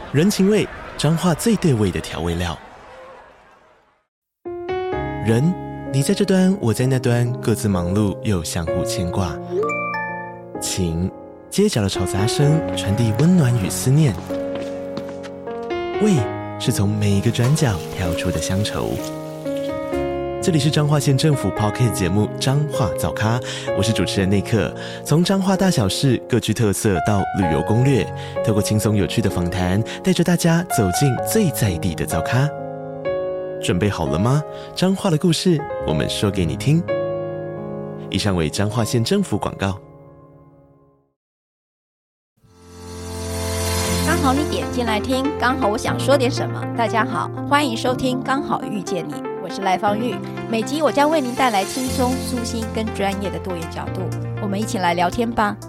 人情味，彰化最对味的调味料。人，你在这端，我在那端，各自忙碌又相互牵挂。情，街角的吵杂声传递温暖与思念。味，是从每一个转角跳出的乡愁。这里是彰化县政府 Podcast 节目《彰化早咖》，我是主持人内克。从彰化大小事各具特色到旅游攻略，透过轻松有趣的访谈，带着大家走进最在地的早咖。准备好了吗？彰化的故事，我们说给你听。以上为彰化县政府广告。 刚好你点进来听，刚好我想说点什么。大家好，欢迎收听《刚好遇见你》，我是赖芳玉。每集我将为您带来轻松、舒心跟专业的多元角度，我们一起来聊天吧。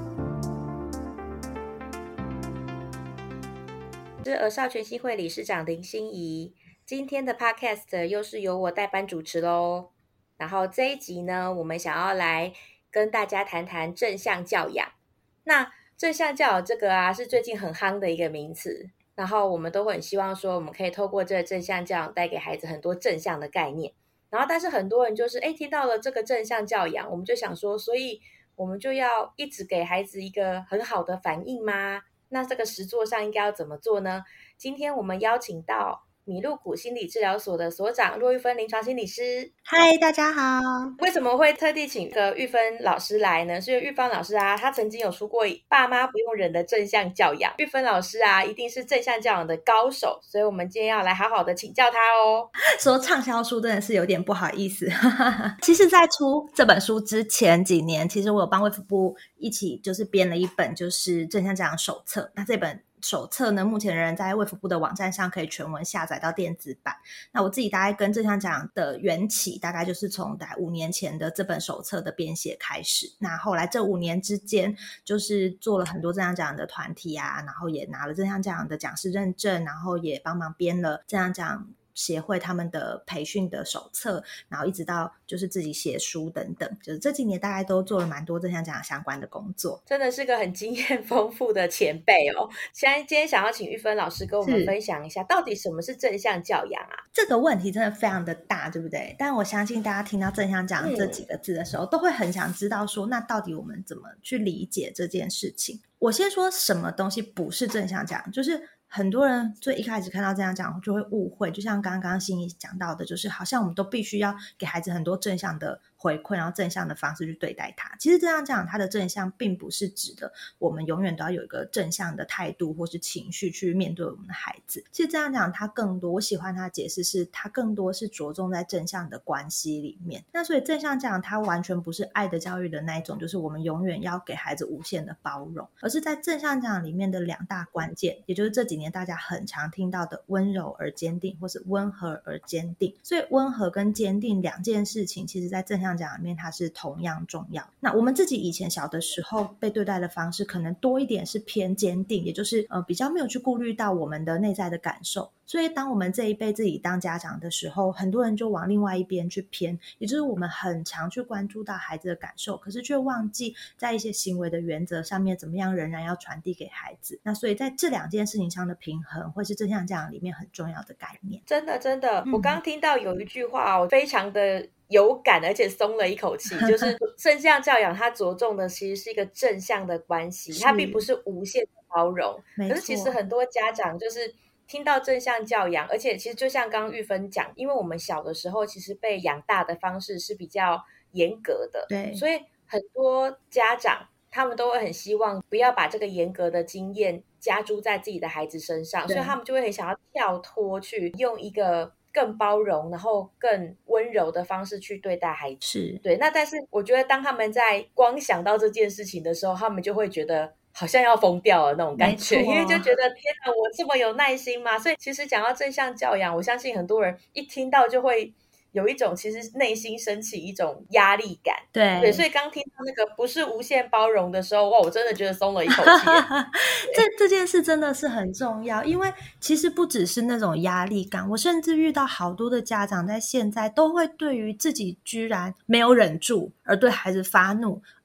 是儿少全心会理事长林心怡。今天的 podcast 又是由我代班主持咯。然后这一集呢，我们想要来跟大家谈谈正向教养。那正向教养这个啊，是最近很夯的一个名词，然后我们都会很希望说，我们可以透过这个正向教养带给孩子很多正向的概念。然后但是很多人就是听到了这个正向教养，我们就想说，所以我们就要一直给孩子一个很好的反应吗？那这个实作上应该要怎么做呢？今天我们邀请到米露谷心理治疗所的所长骆玉芬临床心理师。 嗨，大家好。 为什么会特地请个玉芬老师来呢？是因为玉芬老师啊，她曾经有出过《爸妈不用忍的正向教养》，玉芬老师啊一定是正向教养的高手，所以我们今天要来好好的请教她哦。 说畅销书真的是有点不好意思其实在出这本书之前几年，其实我有帮卫福部一起就是编了一本就是正向教养手册。那这本手册呢，目前仍然在卫福部的网站上可以全文下载到电子版。那我自己大概跟正向教养的缘起，大概就是从大概5年前的这本手册的编写开始。那后来这5年之间，就是做了很多正向教养的团体啊，然后也拿了正向教养的讲师认证，然后也帮忙编了正向教养协会他们的培训的手册，然后一直到就是自己写书等等，就是这几年大概都做了蛮多正向教养相关的工作， 真的是个很经验丰富的前辈哦。今天想要请玉芬老师跟我们分享一下，到底什么是正向教养啊？ 这个问题真的非常的大，对不对？但我相信大家听到正向教养这几个字的时候，都会很想知道说，那到底我们怎么去理解这件事情？我先说什么东西不是正向教养，就是很多人最一开始看到这样讲就会误会，就像刚刚心怡讲到的，就是好像我们都必须要给孩子很多正向的回馈，然后正向的方式去对待他。其实这样讲，它的正向并不是指的我们永远都要有一个正向的态度或是情绪去面对我们的孩子。其实这样讲，它更多，我喜欢它的解释是，它更多是着重在正向的关系里面。那所以正向教养它完全不是爱的教育的那一种，就是我们永远要给孩子无限的包容，而是在正向教养里面的2大关键，也就是这几年大家很常听到的温柔而坚定，或是温和而坚定。所以温和跟坚定2件事情，其实在正向教养里面它是同样重要。那我们自己以前小的时候被对待的方式可能多一点是偏坚定，也就是比较没有去顾虑到我们的内在的感受。所以当我们这一辈自己当家长的时候，很多人就往另外一边去偏，也就是我们很常去关注到孩子的感受，可是却忘记在一些行为的原则上面怎么样仍然要传递给孩子。那所以在这2件事情上的平衡会是正向教养里面很重要的概念。 真的我刚听到有一句话我非常的有感，而且松了一口气就是正向教养它着重的其实是一个正向的关系，它并不是无限的包容。可是其实很多家长就是听到正向教养，而且其实就像刚刚玉芬讲，因为我们小的时候其实被养大的方式是比较严格的， 对， 所以很多家长他们都会很希望不要把这个严格的经验加诸在自己的孩子身上，所以他们就会很想要跳脱去用一个更包容然后更温柔的方式去对待孩子。 是， 对。那但是我觉得当他们在光想到这件事情的时候，他们就会觉得好像要疯掉了那种感觉，因为就觉得天哪，我这么有耐心吗？所以其实讲到正向教养，我相信很多人一听到就会有一种其实内心升起一种压力感。对，所以刚听到那个不是无限包容的时候，哇，我真的觉得松了一口气这件事真的是很重要，因为其实不只是那种压力感，我甚至遇到好多的家长在现在都会对于自己居然没有忍住而对孩子发怒，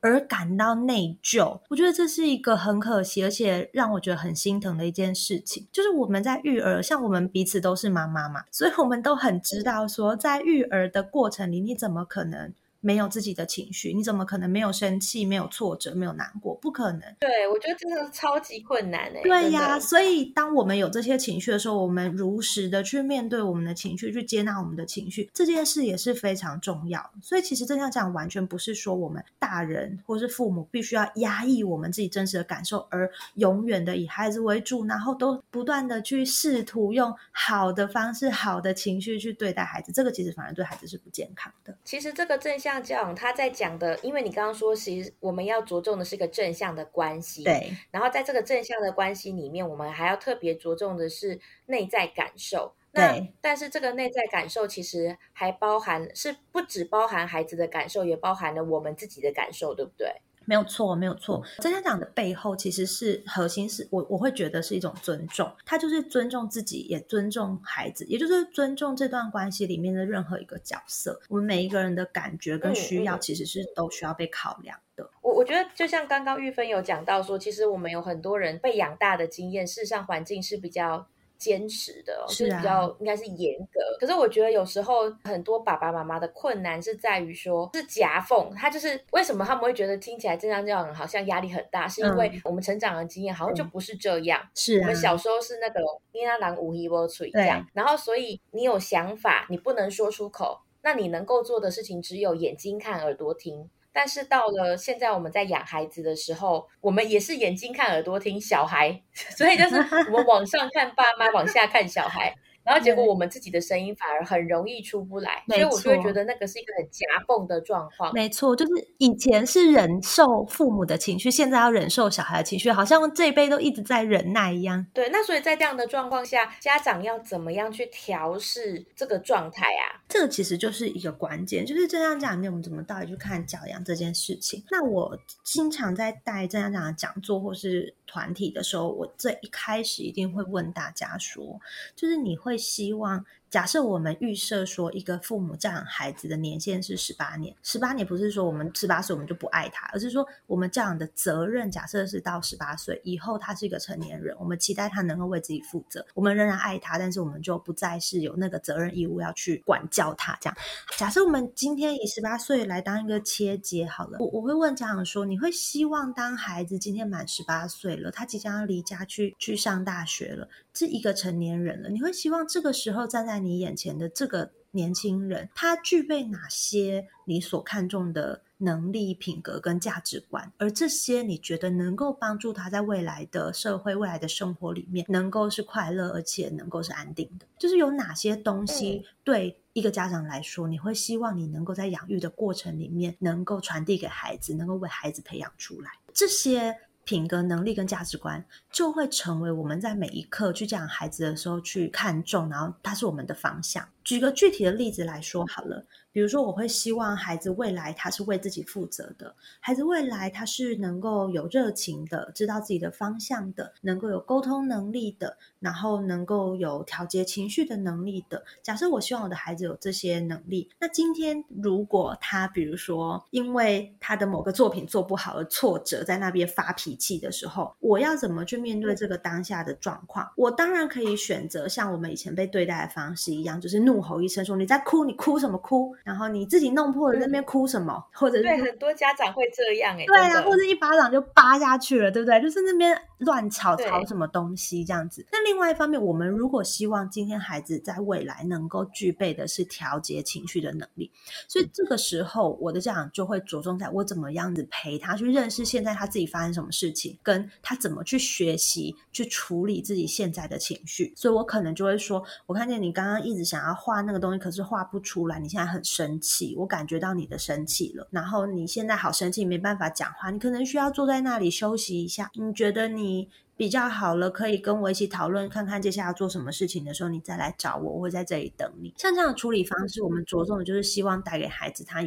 而感到内疚。我觉得这是一个很可惜而且让我觉得很心疼的一件事情。就是我们在育儿，像我们彼此都是妈妈嘛，所以我们都很知道说在育儿的过程里你怎么可能没有自己的情绪，你怎么可能没有生气，没有挫折，没有难过，不可能。 对，我觉得真的超级困难对呀，所以当我们有这些情绪的时候，我们如实的去面对我们的情绪，去接纳我们的情绪，这件事也是非常重要。所以其实正向讲完全不是说我们大人或是父母必须要压抑我们自己真实的感受，而永远的以孩子为主，然后都不断的去试图用好的方式好的情绪去对待孩子，这个其实反而对孩子是不健康的。 其实这个正向教养他在讲的，因为你刚刚说其实我们要着重的是一个正向的关系， 对， 然后在这个正向的关系里面，我们还要特别着重的是内在感受。 对， 但是这个内在感受其实还是不只包含孩子的感受，也包含了我们自己的感受，对不对？ 没有错，没有错。正向讲的背后其实是核心是我会觉得是一种尊重，他就是尊重自己，也尊重孩子，也就是尊重这段关系里面的任何一个角色。我们每一个人的感觉跟需要其实是都需要被考量的。 我觉得就像刚刚玉芬有讲到说，其实我们有很多人被养大的经验，事实上环境是比较坚持的，就是比较应该是严格。可是我觉得有时候很多爸爸妈妈的困难是在于说是夹缝，他就是为什么他们会觉得听起来正向教养好像压力很大，是因为我们成长的经验好像就不是这样。 是我们小时候是那个你那狼无一波吹这样，然后所以你有想法你不能说出口，那你能够做的事情只有眼睛看耳朵听。但是到了现在我们在养孩子的时候，我们也是眼睛看耳朵听小孩，所以就是我们往上看爸妈，往下看小孩，然后结果我们自己的声音反而很容易出不来，所以我就会觉得那个是一个很夹缝的状况。 没错，就是以前是忍受父母的情绪，现在要忍受小孩的情绪，好像这一辈都一直在忍耐一样。 对，那所以在这样的状况下，家长要怎么样去调试这个状态啊？ 这个其实就是一个关键，就是正向讲里面我们怎么到底去看教养这件事情。那我经常在带正向讲的讲座或是团体的时候，我最一开始一定会问大家说，就是你会希望假设我们预设说一个父母教养孩子的年限是18年，18年不是说我们18岁我们就不爱他，而是说我们教养的责任假设是到18岁以后他是一个成年人，我们期待他能够为自己负责，我们仍然爱他，但是我们就不再是有那个责任义务要去管教他这样。假设我们今天以18岁来当一个切节好了，我会问家长说，你会希望当孩子今天满18岁了，他即将要离家去上大学了，是一个成年人了，你会希望这个时候站在你眼前的这个年轻人，他具备哪些你所看重的能力、品格跟价值观，而这些你觉得能够帮助他在未来的社会、未来的生活里面能够是快乐而且能够是安定的，就是有哪些东西对一个家长来说，你会希望你能够在养育的过程里面能够传递给孩子，能够为孩子培养出来，这些品格、能力跟价值观就会成为我们在每一刻去教养孩子的时候去看重，然后它是我们的方向。举个具体的例子来说好了，比如说我会希望孩子未来他是为自己负责的，孩子未来他是能够有热情的，知道自己的方向的，能够有沟通能力的，然后能够有调节情绪的能力的。假设我希望我的孩子有这些能力，那今天如果他比如说因为他的某个作品做不好而挫折，在那边发脾气的时候，我要怎么去面对这个当下的状况？我当然可以选择像我们以前被对待的方式一样，就是怒吼一声说你在哭，你哭什么哭，然后你自己弄破了在那边哭什么，或者是对很多家长会这样对啊，或者一巴掌就扒下去了，对不对？就是那边乱吵什么东西这样子。那另外一方面，我们如果希望今天孩子在未来能够具备的是调节情绪的能力，所以这个时候我的家长就会着重在我怎么样子陪他去认识现在他自己发生什么事情，跟他怎么去学习去处理自己现在的情绪。所以我可能就会说，我看见你刚刚一直想要画那个东西，可是画不出来，你现在很生气，我感觉到你的生气了，然后你现在好生气，没办法讲话，你可能需要坐在那里休息一下，你觉得你比较好了，可以跟我一起讨论看看接下来要做什么事情的时候，你再来找我，我会在这里等你。像这样的处理方式，我们着重的就是希望带给孩子他有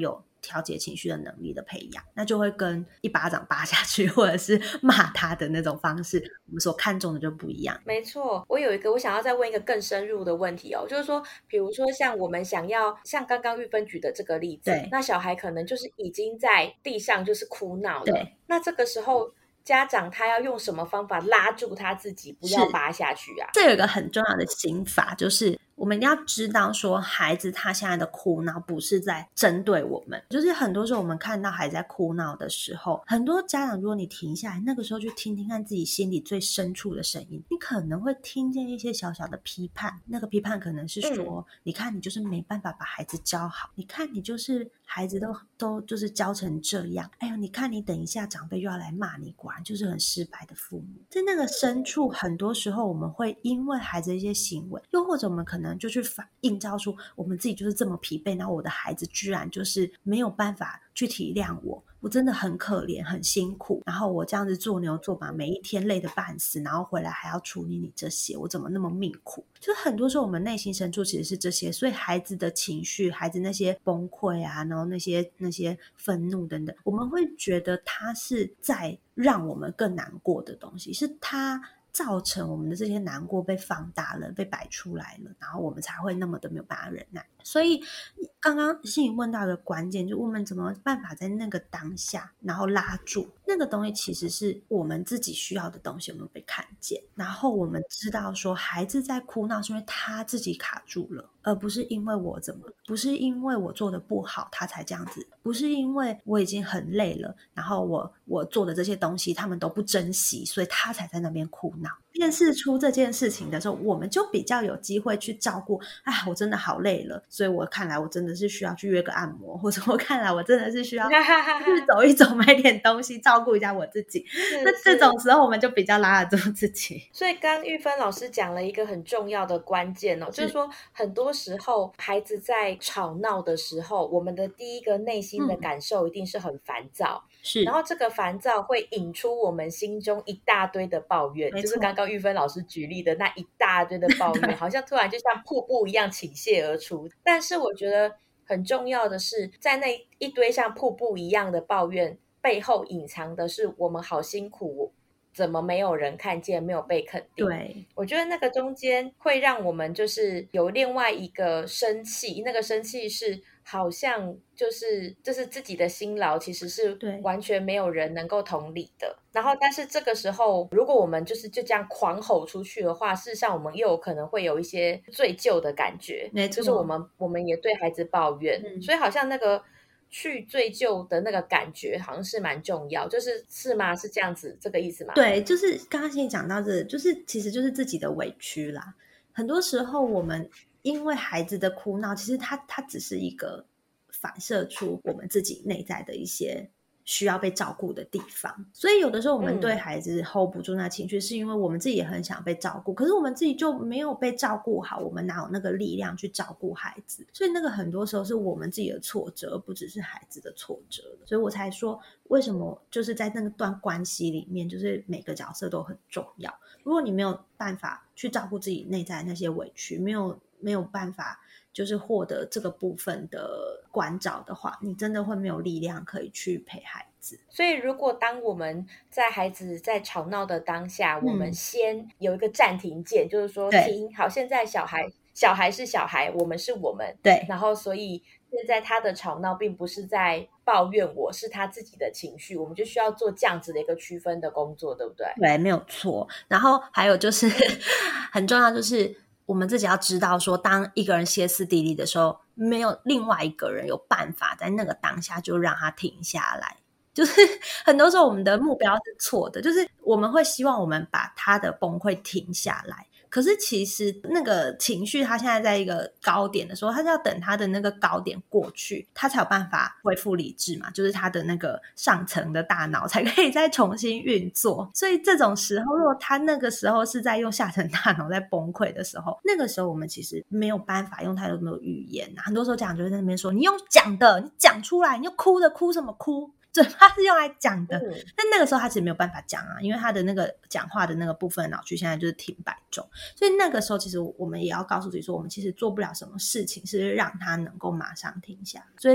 调节情绪的能力的培养，那就会跟一巴掌扒下去或者是骂他的那种方式，我们所看重的就不一样。 没错，我想要再问一个更深入的问题哦，就是说比如说像我们想要像刚刚玉芬举的这个例子， 对， 那小孩可能就是已经在地上就是哭闹了， 对， 那这个时候家长他要用什么方法拉住他自己不要扒下去啊？ 这有一个很重要的心法，就是我们一定要知道说孩子他现在的哭闹不是在针对我们，就是很多时候我们看到孩子在哭闹的时候，很多家长如果你停下来那个时候去听听看自己心里最深处的声音，你可能会听见一些小小的批判，那个批判可能是说你看你就是没办法把孩子教好，你看你就是孩子都就是教成这样，哎呦你看你等一下长辈又要来骂你，果然就是很失败的父母。在那个深处很多时候我们会因为孩子的一些行为，又或者我们可能就去映照出我们自己就是这么疲惫，然后我的孩子居然就是没有办法去体谅我真的很可怜很辛苦，然后我这样子做牛做马每一天累得半死，然后回来还要处理你这些，我怎么那么命苦。就很多时候我们内心深处其实是这些，所以孩子的情绪，孩子那些崩溃啊，然后那些愤怒等等，我们会觉得他是在让我们更难过的东西，是他造成我们的这些难过被放大了，被摆出来了，然后我们才会那么的没有办法忍耐。所以刚刚心怡问到一个关键，就我们怎么办法在那个当下然后拉住那个东西，其实是我们自己需要的东西有没有被看见，然后我们知道说孩子在哭闹是因为他自己卡住了，而不是因为我不是因为我做的不好他才这样子，不是因为我已经很累了，然后我做的这些东西他们都不珍惜，所以他才在那边哭闹。辨识出这件事情的时候，我们就比较有机会去照顾，我真的好累了，所以我看来我真的是需要去约个按摩，或者我看来我真的是需要去走一走，买点东西照顾一下我自己。那这种时候我们就比较拉得住自己。 所以刚玉芬老师讲了一个很重要的关键哦，就是说很多时候孩子在吵闹的时候，我们的第一个内心的感受一定是很烦躁， 是， 然后这个烦躁会引出我们心中一大堆的抱怨，就是刚刚玉芬老师举例的那一大堆的抱怨好像突然就像瀑布一样倾泻而出。但是我觉得很重要的是，在那一堆像瀑布一样的抱怨背后隐藏的是我们好辛苦，怎么没有人看见，没有被肯定。 对， 我觉得那个中间会让我们就是有另外一个生气，那个生气是好像就是自己的辛劳其实是完全没有人能够同理的。然后但是这个时候如果我们就这样狂吼出去的话，事实上我们又有可能会有一些罪疚的感觉，就是我们也对孩子抱怨，所以好像那个去追究的那个感觉好像是蛮重要，是吗？是这样子这个意思吗？ 对，就是刚刚先讲到这，就是其实就是自己的委屈啦。很多时候我们因为孩子的哭闹，其实它只是一个反射出我们自己内在的一些需要被照顾的地方，所以有的时候我们对孩子 hold 不住那情绪，是因为我们自己也很想被照顾，可是我们自己就没有被照顾好，我们哪有那个力量去照顾孩子，所以那个很多时候是我们自己的挫折，而不只是孩子的挫折。所以我才说为什么就是在那段关系里面，就是每个角色都很重要。如果你没有办法去照顾自己内在的那些委屈，没有办法就是获得这个部分的关照的话，你真的会没有力量可以去陪孩子。 所以如果当我们在孩子在吵闹的当下，我们先有一个暂停键，就是说停，好，现在小孩是小孩，我们是我们， 对， 然后所以现在他的吵闹并不是在抱怨我，是他自己的情绪，我们就需要做这样子的一个区分的工作，对不对？ 对，没有错。然后还有就是很重要，就是我们自己要知道说，当一个人歇斯底里的时候，没有另外一个人有办法在那个当下就让他停下来。就是很多时候我们的目标是错的，就是我们会希望我们把他的崩溃停下来，可是其实那个情绪他现在在一个高点的时候，他是要等他的那个高点过去，他才有办法恢复理智嘛，就是他的那个上层的大脑才可以再重新运作。所以这种时候如果他那个时候是在用下层大脑在崩溃的时候，那个时候我们其实没有办法用太多的语言很多时候家长就会在那边说，你用讲的，你讲出来，你就哭的哭什么哭，嘴巴是用来讲的，但那个时候他其实没有办法讲啊，因为他的那个讲话的那个部分的脑区现在就是停摆中，所以那个时候其实我们也要告诉自己说，我们其实做不了什么事情是让他能够马上停下。所以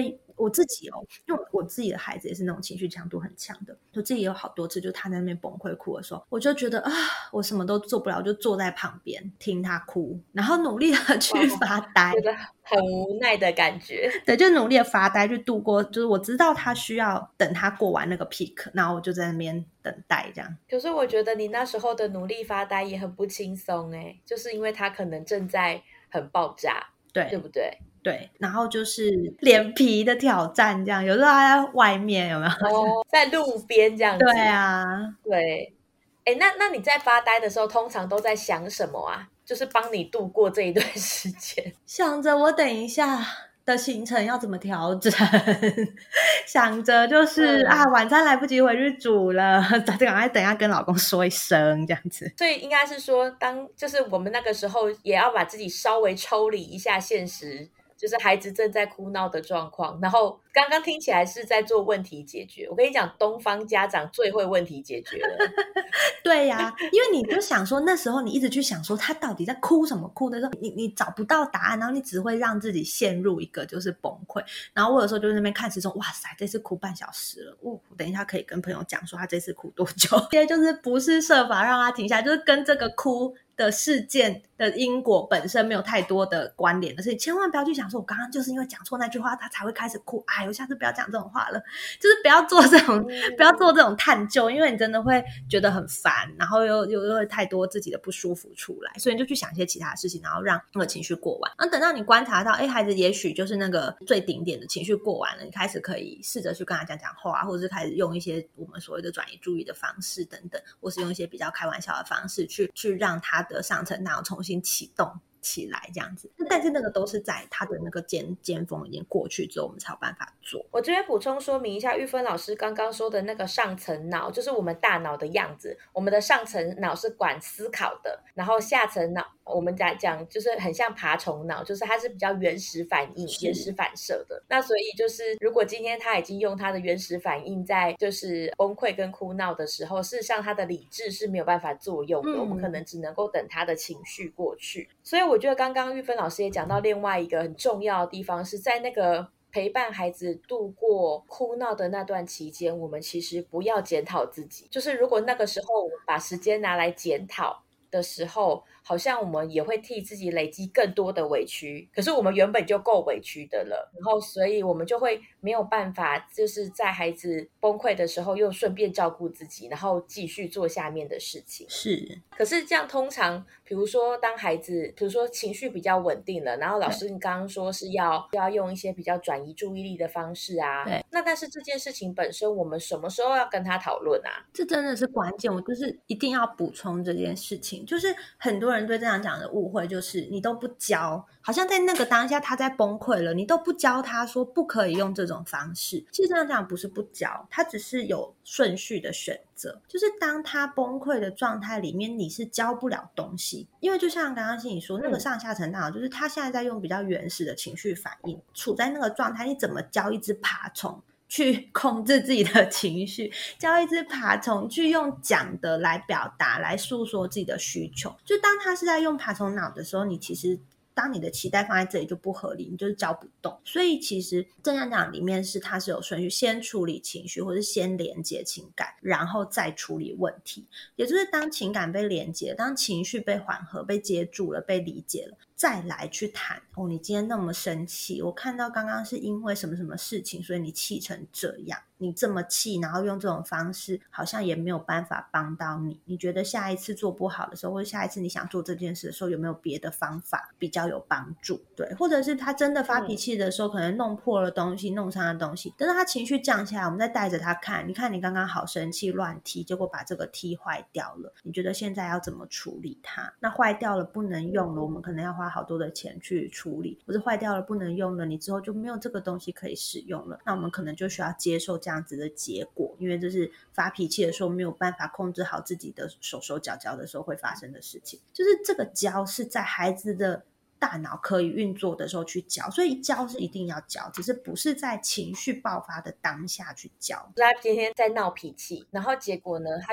我自己因为我自己的孩子也是那种情绪强度很强的，我自己也有好多次就他在那边崩溃哭的时候，我就觉得我什么都做不了，我就坐在旁边听他哭，然后努力的去发呆， 觉得很无奈的感觉。 对，就努力的发呆去度过，就是我知道他需要等他过完那个 peak， 然后我就在那边等待这样。 可是我觉得你那时候的努力发呆也很不轻松就是因为他可能正在很爆炸，对不对？ 对，然后就是脸皮的挑战这样，有时候他在外面有没有？ 在路边这样子。 对啊， 对。那你在发呆的时候通常都在想什么啊？就是帮你度过这一段时间。 想着我等一下的行程要怎么调整，想着就是晚餐来不及回去煮了，赶快等一下跟老公说一声这样子。 所以应该是说就是我们那个时候也要把自己稍微抽离一下现实，就是孩子正在哭闹的状况，然后刚刚听起来是在做问题解决。我跟你讲，东方家长最会问题解决了。 对呀，因为你就想说那时候你一直去想说他到底在哭什么哭的时候，你找不到答案，然后你只会让自己陷入一个就是崩溃。然后我有时候就在那边看时钟，哇塞，这次哭半小时了，我等一下可以跟朋友讲说他这次哭多久，因为就是不是设法让他停下来，就是跟这个哭的事件的因果本身没有太多的关联的事情，千万不要去想说我刚刚就是因为讲错那句话他才会开始哭，我下次不要讲这种话了，就是不要做这种不要做这种探究，因为你真的会觉得很烦，然后又会太多自己的不舒服出来，所以你就去想一些其他的事情，然后让那个情绪过完。然后等到你观察到孩子也许就是那个最顶点的情绪过完了，你开始可以试着去跟他讲讲话，或者是开始用一些我们所谓的转移注意的方式等等，或是用一些比较开玩笑的方式去让他的上层脑重新启动起来这样子。但是那个都是在他的那个尖峰已经过去之后我们才有办法做。 我这边补充说明一下，玉芬老师刚刚说的那个上层脑就是我们大脑的样子，我们的上层脑是管思考的，然后下层脑我们讲就是很像爬虫脑，就是它是比较原始反应原始反射的。那所以就是如果今天他已经用他的原始反应在就是崩溃跟哭闹的时候，事实上他的理智是没有办法作用的，我们可能只能够等他的情绪过去。所以我觉得刚刚玉芬老师也讲到另外一个很重要的地方，是在那个陪伴孩子度过哭闹的那段期间，我们其实不要检讨自己。就是如果那个时候我们把时间拿来检讨的时候，好像我们也会替自己累积更多的委屈，可是我们原本就够委屈的了，然后所以我们就会没有办法就是在孩子崩溃的时候又顺便照顾自己，然后继续做下面的事情。 是，可是这样通常比如说当孩子比如说情绪比较稳定了，然后老师你刚刚说是要用一些比较转移注意力的方式啊， 对， 那但是这件事情本身我们什么时候要跟他讨论啊？ 这真的是关键，我就是一定要补充这件事情。就是很多人对这样讲的误会，就是你都不教，好像在那个当下他在崩溃了，你都不教他说不可以用这种方式。其实这样讲不是不教，他只是有顺序的选择，就是当他崩溃的状态里面你是教不了东西，因为就像刚刚心怡说那个上下层大脑，就是他现在在用比较原始的情绪反应，处在那个状态，你怎么教一只爬虫去控制自己的情绪，教一只爬虫去用讲的来表达来诉说自己的需求，就当他是在用爬虫脑的时候，你其实当你的期待放在这里就不合理，你就是教不动。所以其实正向讲里面是它是有顺序，先处理情绪或是先连接情感，然后再处理问题，也就是当情感被连接，当情绪被缓和被接住了被理解了，再来去谈你今天那么生气，我看到刚刚是因为什么什么事情所以你气成这样，你这么气然后用这种方式好像也没有办法帮到你，你觉得下一次做不好的时候，或者下一次你想做这件事的时候有没有别的方法比较有帮助？对，或者是他真的发脾气的时候可能弄破了东西弄伤了东西，等到他情绪降下来，我们再带着他看，你看你刚刚好生气乱踢，结果把这个踢坏掉了，你觉得现在要怎么处理它？那坏掉了不能用了，我们可能要花好多的钱去处理，或者坏掉了不能用了，你之后就没有这个东西可以使用了，那我们可能就需要接受这样子的结果，因为这是发脾气的时候没有办法控制好自己的手手脚脚的时候会发生的事情。就是这个教是在孩子的大脑可以运作的时候去教，所以教是一定要教，只是不是在情绪爆发的当下去教。 他今天在闹脾气，然后结果呢他就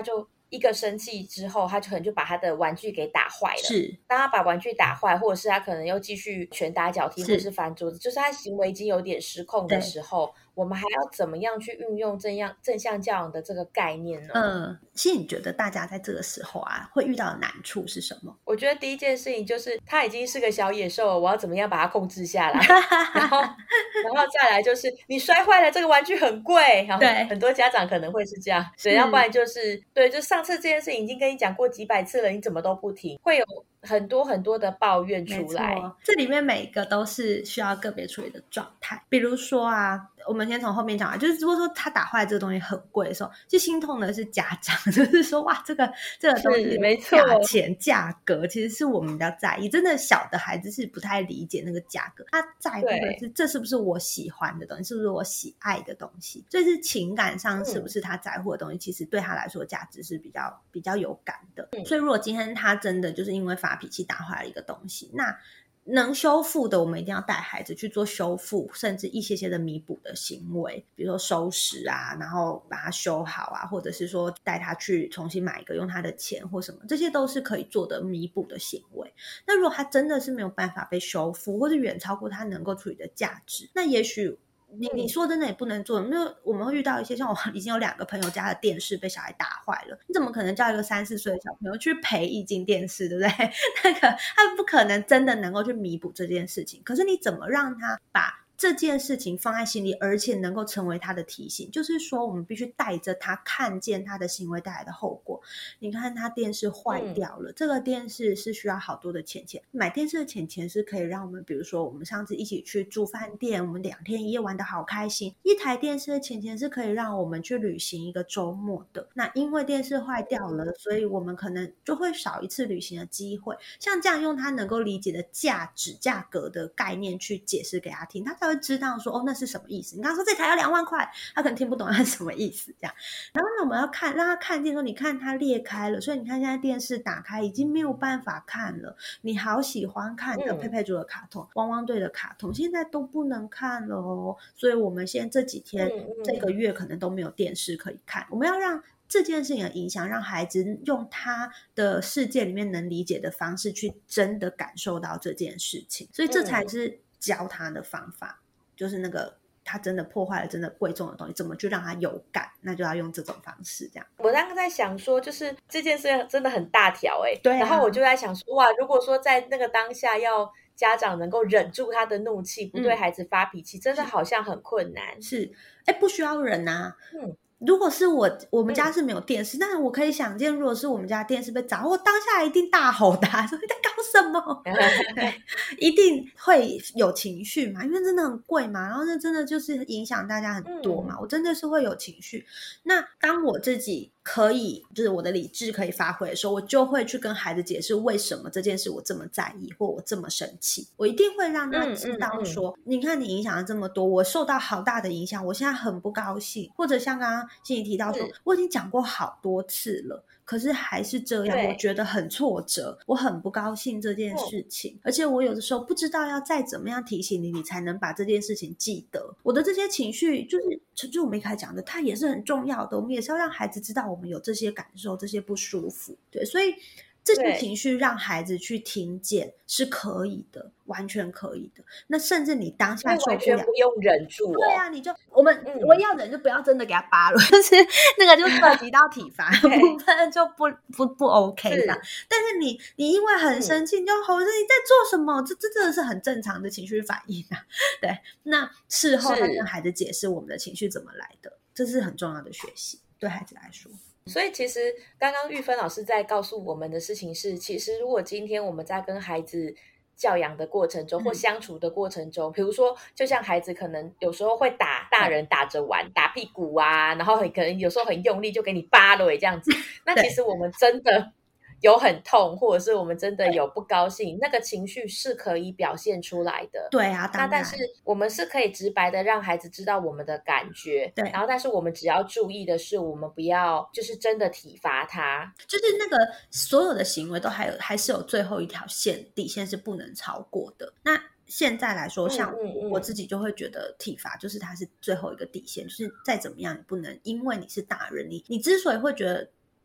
一个生气之后，他可能就把他的玩具给打坏了。 是， 当他把玩具打坏，或者是他可能又继续拳打脚踢，或是翻桌子，就是他行为已经有点失控的时候，我们还要怎么样去运用正向教养的这个概念呢？ 其实你觉得大家在这个时候啊，会遇到的难处是什么？ 我觉得第一件事情就是他已经是个小野兽了，我要怎么样把它控制下来？然后再来就是你摔坏了这个玩具很贵，然后很多家长可能会是这样，对，要不然就是对，就上次这件事情已经跟你讲过几百次了，你怎么都不听，会有很多很多的抱怨出来。 这里面每一个都是需要个别处理的状态。比如说啊，我们先从后面讲啊，就是如果说他打坏这个东西很贵的时候，就心痛的是家长，就是说哇，这个东西没错， 价钱价格其实是我们比较在意，真的小的孩子是不太理解那个价格，他在乎的是这是不是我喜欢的东西，是不是我喜爱的东西，这是情感上是不是他在乎的东西，其实对他来说价值是比较有感的。所以如果今天他真的就是因为发脾气打坏了一个东西，那能修复的我们一定要带孩子去做修复，甚至一些的弥补的行为，比如说收拾啊，然后把它修好啊，或者是说带他去重新买一个用他的钱或什么，这些都是可以做的弥补的行为。那如果他真的是没有办法被修复，或者远超过他能够处理的价值，那也许你说真的也不能做，因为我们会遇到一些像我已经有2个朋友家的电视被小孩打坏了，你怎么可能叫一个3、4岁的小朋友去赔液晶电视，对不对？那个他不可能真的能够去弥补这件事情，可是你怎么让他把这件事情放在心里，而且能够成为他的提醒，就是说我们必须带着他看见他的行为带来的后果。你看他电视坏掉了，这个电视是需要好多的钱，买电视的钱是可以让我们，比如说我们上次一起去住饭店，我们2天1夜玩得好开心，一台电视的钱是可以让我们去旅行一个周末的。那因为电视坏掉了，所以我们可能就会少一次旅行的机会。像这样用他能够理解的价值价格的概念去解释给他听，他才会知道说那是什么意思。你刚刚说这台要2万块，他可能听不懂那是什么意思这样。然后呢，我们要让他看见说，你看它裂开了，所以你看现在电视打开已经没有办法看了，你好喜欢看的佩佩猪的卡通、汪汪队的卡通现在都不能看了哦，所以我们现在这几天这个月可能都没有电视可以看。我们要让这件事情的影响，让孩子用他的世界里面能理解的方式去真的感受到这件事情，所以这才是教他的方法，就是那个他真的破坏了真的贵重的东西，怎么去让他有感，那就要用这种方式这样。 我刚刚在想说，就是这件事真的很大条对然后我就在想说，哇，如果说在那个当下要家长能够忍住他的怒气，不对孩子发脾气，真的好像很困难。 是，不需要忍啊。如果是我们家是没有电视，但是我可以想见，如果是我们家电视被砸，我当下一定大吼大说你在搞什么对，一定会有情绪嘛，因为真的很贵嘛，然后那真的就是影响大家很多嘛，我真的是会有情绪。那当我自己可以就是我的理智可以发挥的时候，我就会去跟孩子解释为什么这件事我这么在意，或我这么生气，我一定会让他知道说你看你影响了这么多，我受到好大的影响，我现在很不高兴，或者像刚刚心怡提到说我已经讲过好多次了，可是还是这样，我觉得很挫折，我很不高兴这件事情，而且我有的时候不知道要再怎么样提醒你，你才能把这件事情记得。我的这些情绪就是我们一开始讲的，它也是很重要的，我们也是要让孩子知道我们有这些感受，这些不舒服。对，所以这些情绪让孩子去听见是可以的，完全可以的。那甚至你当下受不了， 完全不用忍住对啊，你就我要忍就不要真的给他扒了，就是那个就涉及到体罚的部分就不 OK 的。但是你因为很生气，你就吼着你在做什么，这真的是很正常的情绪反应啊。对，那事后再跟孩子解释我们的情绪怎么来的，这是很重要的学习，对孩子来说。 所以其实刚刚玉芬老师在告诉我们的事情是，其实如果今天我们在跟孩子教养的过程中或相处的过程中，比如说就像孩子可能有时候会打大人打着玩，打屁股啊，然后可能有时候很用力就给你扒了这样子，那其实我们真的有很痛，或者是我们真的有不高兴，那个情绪是可以表现出来的。 对啊， 那但是我们是可以直白的让孩子知道我们的感觉， 对。 然后但是我们只要注意的是，我们不要就是真的体罚他， 就是那个所有的行为都还是有最后一条线，底线是不能超过的。那现在来说，像我自己就会觉得体罚就是它是最后一个底线，就是再怎么样你不能因为你是大人，你之所以会觉得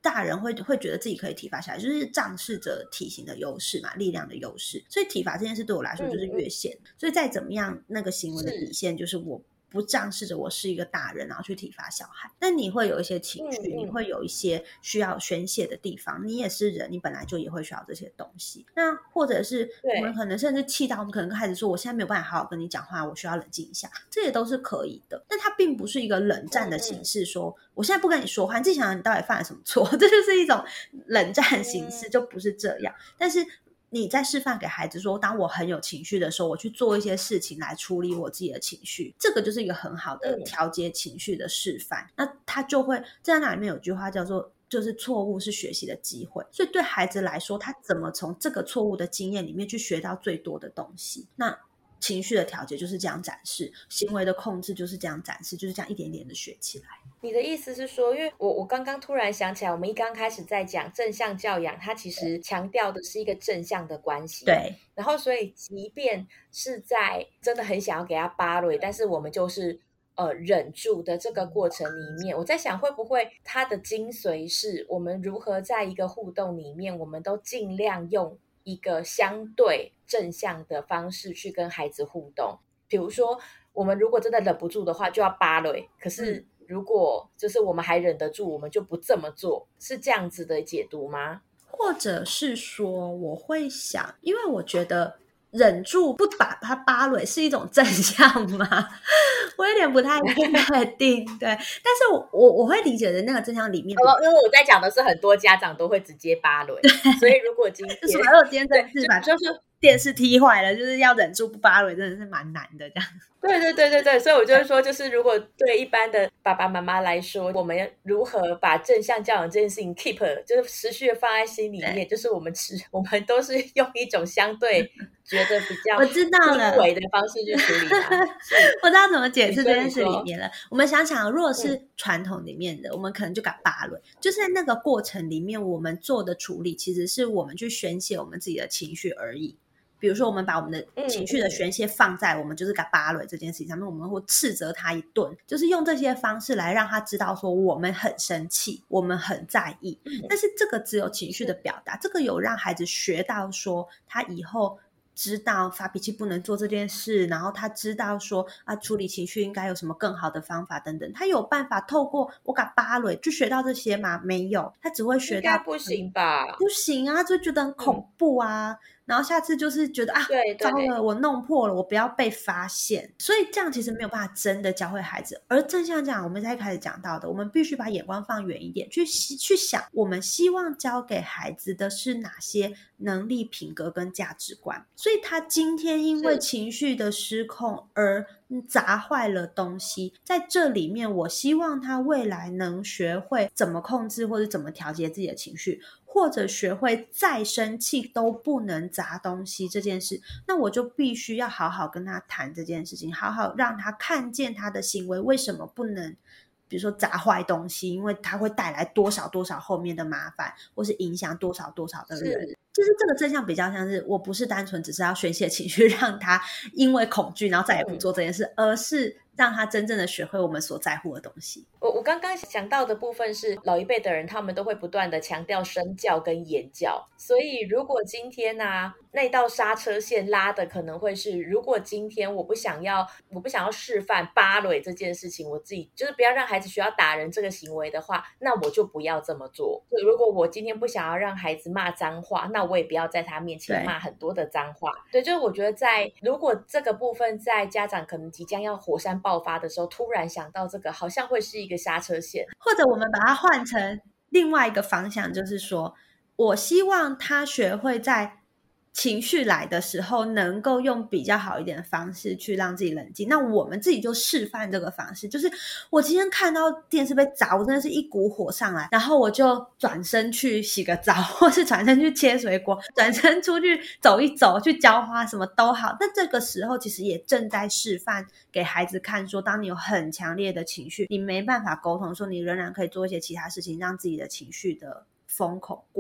大人会觉得自己可以体罚小孩，就是仗势着体型的优势嘛，力量的优势，所以体罚这件事对我来说就是越线，所以再怎么样那个行为的底线就是我不仗势着我是一个大人然后去体罚小孩。但你会有一些情绪，你会有一些需要宣泄的地方，你也是人，你本来就也会需要这些东西。那或者是我们可能甚至气到我们可能跟孩子说我现在没有办法好好跟你讲话，我需要冷静一下，这也都是可以的。但它并不是一个冷战的形式，说我现在不跟你说话，你自己想想你到底犯了什么错，这就是一种冷战形式，就不是这样。但是你在示范给孩子说，当我很有情绪的时候，我去做一些事情来处理我自己的情绪，这个就是一个很好的调节情绪的示范。那他就会在那里面有句话叫做就是错误是学习的机会，所以对孩子来说，他怎么从这个错误的经验里面去学到最多的东西，那情绪的调节就是这样展示，行为的控制就是这样展示，就是这样一点点的学起来。 你的意思是说，因为我刚刚突然想起来，我们一刚开始在讲正向教养，它其实强调的是一个正向的关系。 对， 然后所以即便是在真的很想要给他扒雷，但是我们就是忍住的这个过程里面，我在想会不会它的精髓是我们如何在一个互动里面，我们都尽量用一个相对正向的方式去跟孩子互动。比如说我们如果真的忍不住的话就要扒雷，可是如果就是我们还忍得住，我们就不这么做，是这样子的解读吗？ 或者是说我会想，因为我觉得忍住不把它扒雷是一种正向吗？我有点不太确定，对。但是我会理解的那个正向里面， 因为我在讲的是很多家长都会直接扒雷，所以如果今天就是我有今天这次吧，就是电视踢坏了，就是要忍住不扒雷，真的是蛮难的这样。 对，所以我就是说，就是如果对一般的爸爸妈妈来说，我们如何把正向教养这件事情 keep 就是持续的放在心里面，就是我们都是用一种相对觉得比较我知道了轻微的方式去处理它。 我知道怎么解释这件事里面了。我们想想，如果是传统里面的，我们可能就敢扒雷，就是在那个过程里面，我们做的处理其实是我们去宣泄我们自己的情绪而已。比如说我们把我们的情绪的宣泄放在我们就是给扒雷这件事情上面，我们会斥责他一顿，就是用这些方式来让他知道说我们很生气，我们很在意。但是这个只有情绪的表达，这个有让孩子学到说他以后知道发脾气不能做这件事，然后他知道说处理情绪应该有什么更好的方法等等，他有办法透过我给扒雷就学到这些吗？没有，他只会学到应该不行吧？ 不行啊，就觉得很恐怖啊。然后下次就是觉得糟了，我弄破了，我不要被发现。所以这样其实没有办法真的教会孩子。而正向讲，我们在一开始讲到的，我们必须把眼光放远一点，去想我们希望教给孩子的是哪些能力、品格跟价值观。所以他今天因为情绪的失控而砸坏了东西，在这里面我希望他未来能学会怎么控制或者怎么调节自己的情绪，或者学会再生气都不能砸东西这件事，那我就必须要好好跟他谈这件事情，好好让他看见他的行为为什么不能比如说砸坏东西，因为它会带来多少多少后面的麻烦，或是影响多少多少的人。就是这个正向比较像是我不是单纯只是要宣泄情绪让他因为恐惧然后再也不做这件事，而是让他真正的学会我们所在乎的东西。 我刚刚想到的部分是老一辈的人他们都会不断的强调身教跟言教，所以如果今天那道刹车线拉的可能会是，如果今天我不想要示范扒雷这件事情，我自己就是不要让孩子学要打人这个行为的话，那我就不要这么做。如果我今天不想要让孩子骂脏话，那我也不要在他面前骂很多的脏话。对，就是我觉得如果这个部分在家长可能即将要火山爆发的时候突然想到这个，好像会是一个刹车线。 或者我们把它换成另外一个方向，就是说我希望他学会在情绪来的时候能够用比较好一点的方式去让自己冷静，那我们自己就示范这个方式，就是我今天看到电视被砸，我真的是一股火上来，然后我就转身去洗个澡，或是转身去切水果，转身出去走一走，去浇花，什么都好。那这个时候其实也正在示范给孩子看说，当你有很强烈的情绪，你没办法沟通的时候，你仍然可以做一些其他事情让自己的情绪的风口过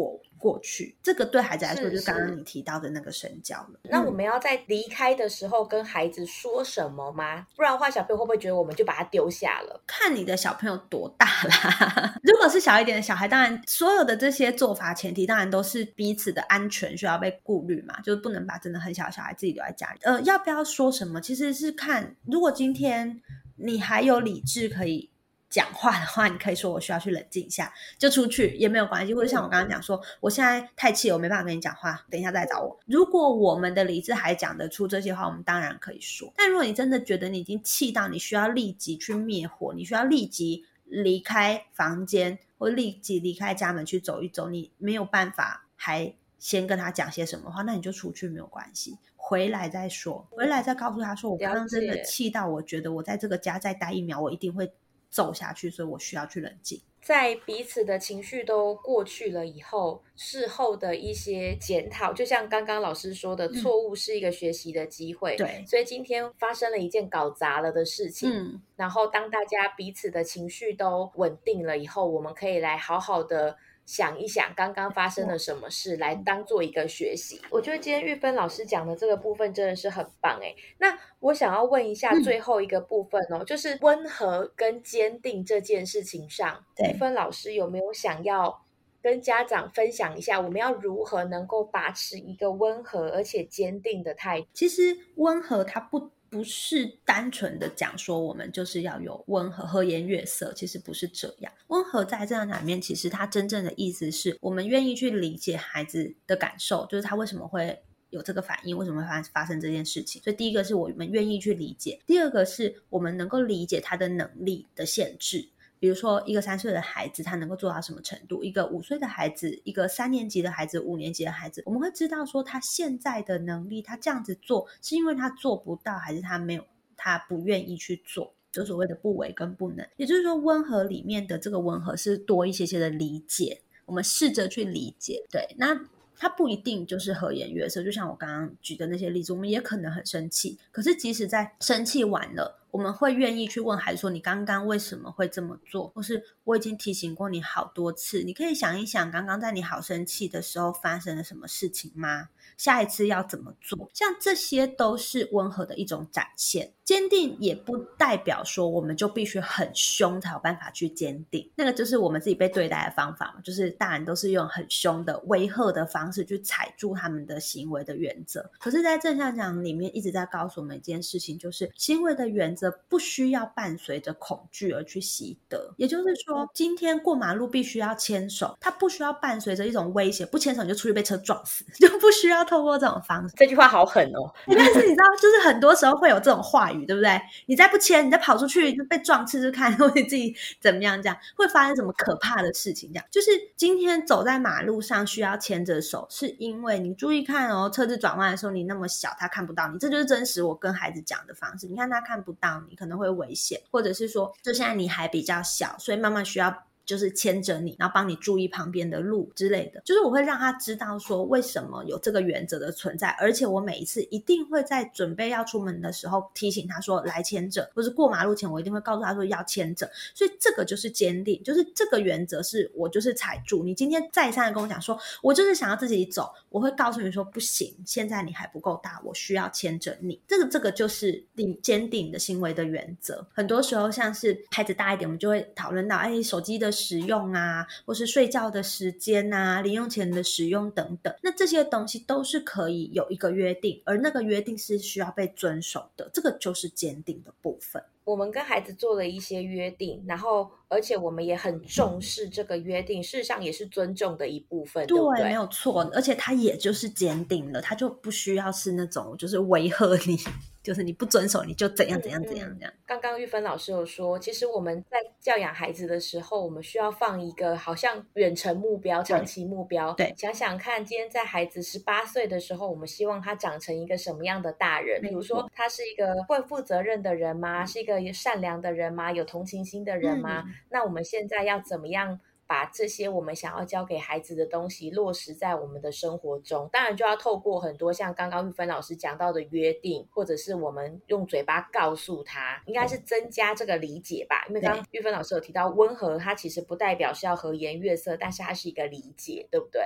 过去，这个对孩子来说就是刚刚你提到的那个身教了。 那我们要在离开的时候跟孩子说什么吗？不然的话小朋友会不会觉得我们就把他丢下了？ 看你的小朋友多大啦如果是小一点的小孩，当然所有的这些做法前提当然都是彼此的安全需要被顾虑嘛，就是不能把真的很小的小孩自己留在家里。要不要说什么其实是看，如果今天你还有理智可以讲话的话，你可以说我需要去冷静一下，就出去也没有关系。或者像我刚刚讲说我现在太气了，我没办法跟你讲话，等一下再来找我。如果我们的理智还讲得出这些话，我们当然可以说。但如果你真的觉得你已经气到你需要立即去灭火，你需要立即离开房间或立即离开家门去走一走，你没有办法还先跟他讲些什么话，那你就出去没有关系，回来再说，回来再告诉他说我刚刚真的气到我觉得我在这个家再待1秒我一定会走下去，所以我需要去冷静。 在彼此的情绪都过去了以后，事后的一些检讨，就像刚刚老师说的，错误是一个学习的机会。 对， 所以今天发生了一件搞砸了的事情，然后当大家彼此的情绪都稳定了以后，我们可以来好好的想一想刚刚发生了什么事，来当做一个学习。我觉得今天玉芬老师讲的这个部分真的是很棒耶。那我想要问一下最后一个部分就是温和跟坚定这件事情上，玉芬老师有没有想要跟家长分享一下，我们要如何能够把持一个温和而且坚定的态度？ 其实温和它不是单纯的讲说我们就是要有温和和颜悦色，其实不是这样。温和在这样里面，其实它真正的意思是我们愿意去理解孩子的感受，就是他为什么会有这个反应，为什么会发生这件事情。所以第一个是我们愿意去理解，第二个是我们能够理解他的能力的限制。比如说一个3岁的孩子他能够做到什么程度，一个5岁的孩子，一个3年级的孩子，5年级的孩子，我们会知道说他现在的能力，他这样子做是因为他做不到，还是他不愿意去做，就所谓的不为跟不能。也就是说温和里面的这个温和是多一些的理解，我们试着去理解。对，那它不一定就是和颜悦色，就像我刚刚举的那些例子，我们也可能很生气，可是即使在生气完了，我们会愿意去问孩子说你刚刚为什么会这么做，或是我已经提醒过你好多次，你可以想一想刚刚在你好生气的时候发生了什么事情吗？下一次要怎么做？像这些都是温和的一种展现。坚定也不代表说我们就必须很凶才有办法去坚定，那个就是我们自己被对待的方法嘛，就是大人都是用很凶的威吓的方式去踩住他们的行为的原则。可是在正向讲里面一直在告诉我们一件事情，就是行为的原则不需要伴随着恐惧而去习得。也就是说今天过马路必须要牵手，它不需要伴随着一种威胁，不牵手你就出去被车撞死，就不需要透过这种方式。 这句话好狠哦但是你知道就是很多时候会有这种话语，对不对？你再不牵，你再跑出去就被撞吃吃看，或者自己怎么样，这样会发生什么可怕的事情。这样就是今天走在马路上需要牵着手，是因为你注意看哦，车子转弯的时候你那么小他看不到你，这就是真实我跟孩子讲的方式。你看他看不到你可能会危险，或者是说就现在你还比较小，所以妈妈需要就是牵着你，然后帮你注意旁边的路之类的，就是我会让他知道说为什么有这个原则的存在，而且我每一次一定会在准备要出门的时候提醒他说来牵着，或是过马路前我一定会告诉他说要牵着。所以这个就是坚定，就是这个原则是我就是踩住。你今天再三的跟我讲说我就是想要自己走，我会告诉你说不行，现在你还不够大，我需要牵着你。这个就是你坚定的行为的原则。很多时候像是孩子大一点，我们就会讨论到手机的使用啊，或是睡觉的时间啊，零用钱的使用等等，那这些东西都是可以有一个约定，而那个约定是需要被遵守的，这个就是坚定的部分。 我们跟孩子做了一些约定，然后而且我们也很重视这个约定，事实上也是尊重的一部分， 对不对？ 没有错，而且他也就是坚定了，他就不需要是那种就是威吓你，就是你不遵守你就怎样怎样怎样这样。 刚刚玉芬老师有说，其实我们在教养孩子的时候，我们需要放一个好像远程目标、长期目标。 对， 想想看，今天在孩子18岁的时候，我们希望他长成一个什么样的大人？比如说，他是一个会负责任的人吗？是一个善良的人吗？有同情心的人吗？那我们现在要怎么样把这些我们想要教给孩子的东西落实在我们的生活中？当然就要透过很多像刚刚玉芬老师讲到的约定，或者是我们用嘴巴告诉他，应该是增加这个理解吧。因为刚刚玉芬老师有提到温和，它其实不代表是要和颜悦色，但是它是一个理解，对不对？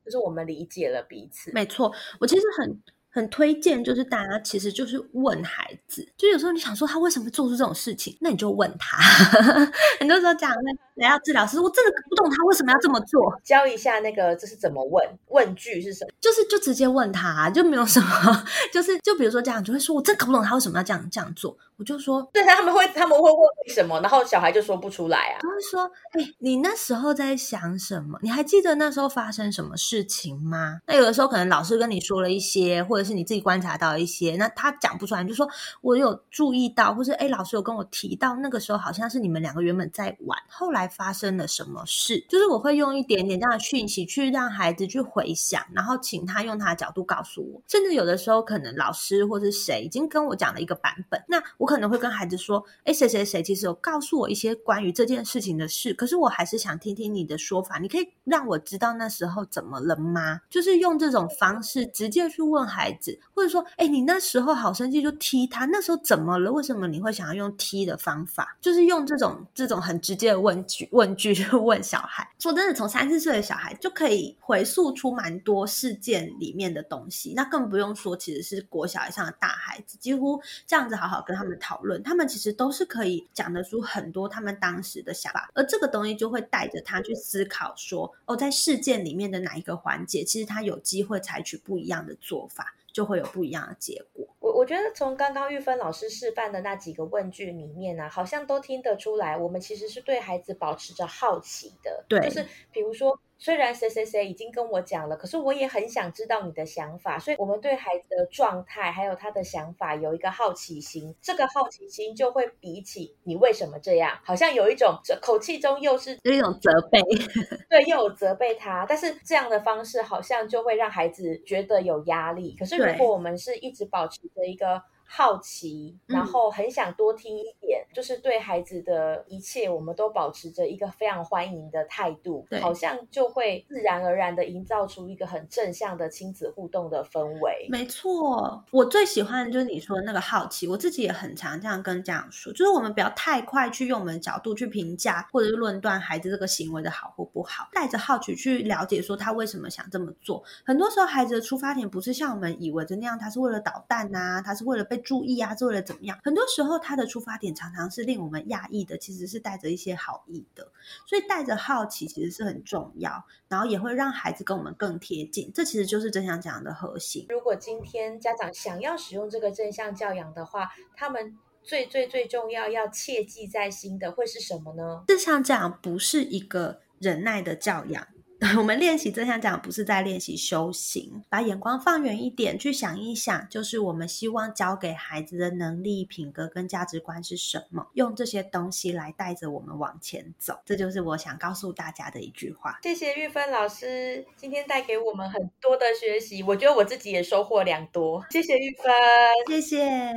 就是我们理解了彼此。 没错，我其实很推荐，就是大家其实就是问孩子，就有时候你想说他为什么做出这种事情，那你就问他。很多时候讲来到治疗师，我真的不懂他为什么要这么做， 教一下那个这是怎么问句是什么， 就直接问他，就没有什么，就比如说这样就会说，我真搞不懂他为什么要这样做，我就说， 对，他们会问为什么，然后小孩就说不出来啊。 他会说，你那时候在想什么？你还记得那时候发生什么事情吗？那有的时候可能老师跟你说了一些，或者是你自己观察到一些，那他讲不出来，你就说我有注意到，或是老师有跟我提到，那个时候好像是你们两个原本在玩，后来发生了什么事，就是我会用一点点这样的讯息去让孩子去回想，然后请他用他的角度告诉我。甚至有的时候可能老师或是谁已经跟我讲了一个版本，那我可能会跟孩子说，谁谁谁其实有告诉我一些关于这件事情的事，可是我还是想听听你的说法，你可以让我知道那时候怎么了吗？就是用这种方式直接去问孩子，或者说你那时候好生气就踢他，那时候怎么了？为什么你会想要用踢的方法？就是用这种很直接的问句去问小孩。说真的，从3-4岁的小孩就可以回溯出蛮多事件里面的东西，那更不用说其实是国小以上的大孩子，几乎这样子好好跟他们讨论，他们其实都是可以讲得出很多他们当时的想法，而这个东西就会带着他去思考说，在事件里面的哪一个环节，其实他有机会采取不一样的做法，就会有不一样的结果。 我觉得从刚刚玉芬老师示范的那几个问句里面啊，好像都听得出来，我们其实是对孩子保持着好奇的。 对， 就是比如说，虽然谁谁谁已经跟我讲了，可是我也很想知道你的想法，所以我们对孩子的状态还有他的想法有一个好奇心，这个好奇心就会比起你为什么这样，好像有一种口气中有一种责备。 对，又有责备他，但是这样的方式好像就会让孩子觉得有压力。可是如果我们是一直保持着一个好奇，然后很想多听一点，就是对孩子的一切我们都保持着一个非常欢迎的态度，好像就会自然而然的营造出一个很正向的亲子互动的氛围。 没错，我最喜欢的就是你说的那个好奇，我自己也很常这样跟家长说，就是我们不要太快去用我们的角度去评价或者是论断孩子这个行为的好或不好，带着好奇去了解说他为什么想这么做。很多时候孩子的出发点不是像我们以为的那样，他是为了捣蛋啊，他是为了被注意啊，是为了怎么样，很多时候他的出发点常常是令我们讶异的，其实是带着一些好意的，所以带着好奇其实是很重要，然后也会让孩子跟我们更贴近，这其实就是正向教养的核心。 如果今天家长想要使用这个正向教养的话，他们最重要切记在心的会是什么呢？ 正向教养不是一个忍耐的教养，我们练习正向教养不是在练习修行，把眼光放远一点，去想一想，就是我们希望教给孩子的能力、品格跟价值观是什么，用这些东西来带着我们往前走，这就是我想告诉大家的一句话。 谢谢玉芬老师今天带给我们很多的学习，我觉得我自己也收获良多，谢谢玉芬。 谢谢。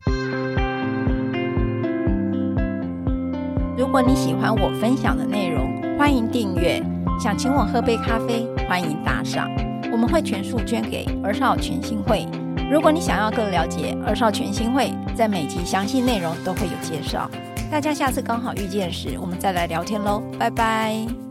如果你喜欢我分享的内容，欢迎订阅，想请我喝杯咖啡，欢迎打赏，我们会全数捐给儿少全心会。如果你想要更了解儿少全心会，在每集详细内容都会有介绍。大家下次刚好遇见时，我们再来聊天咯，拜拜。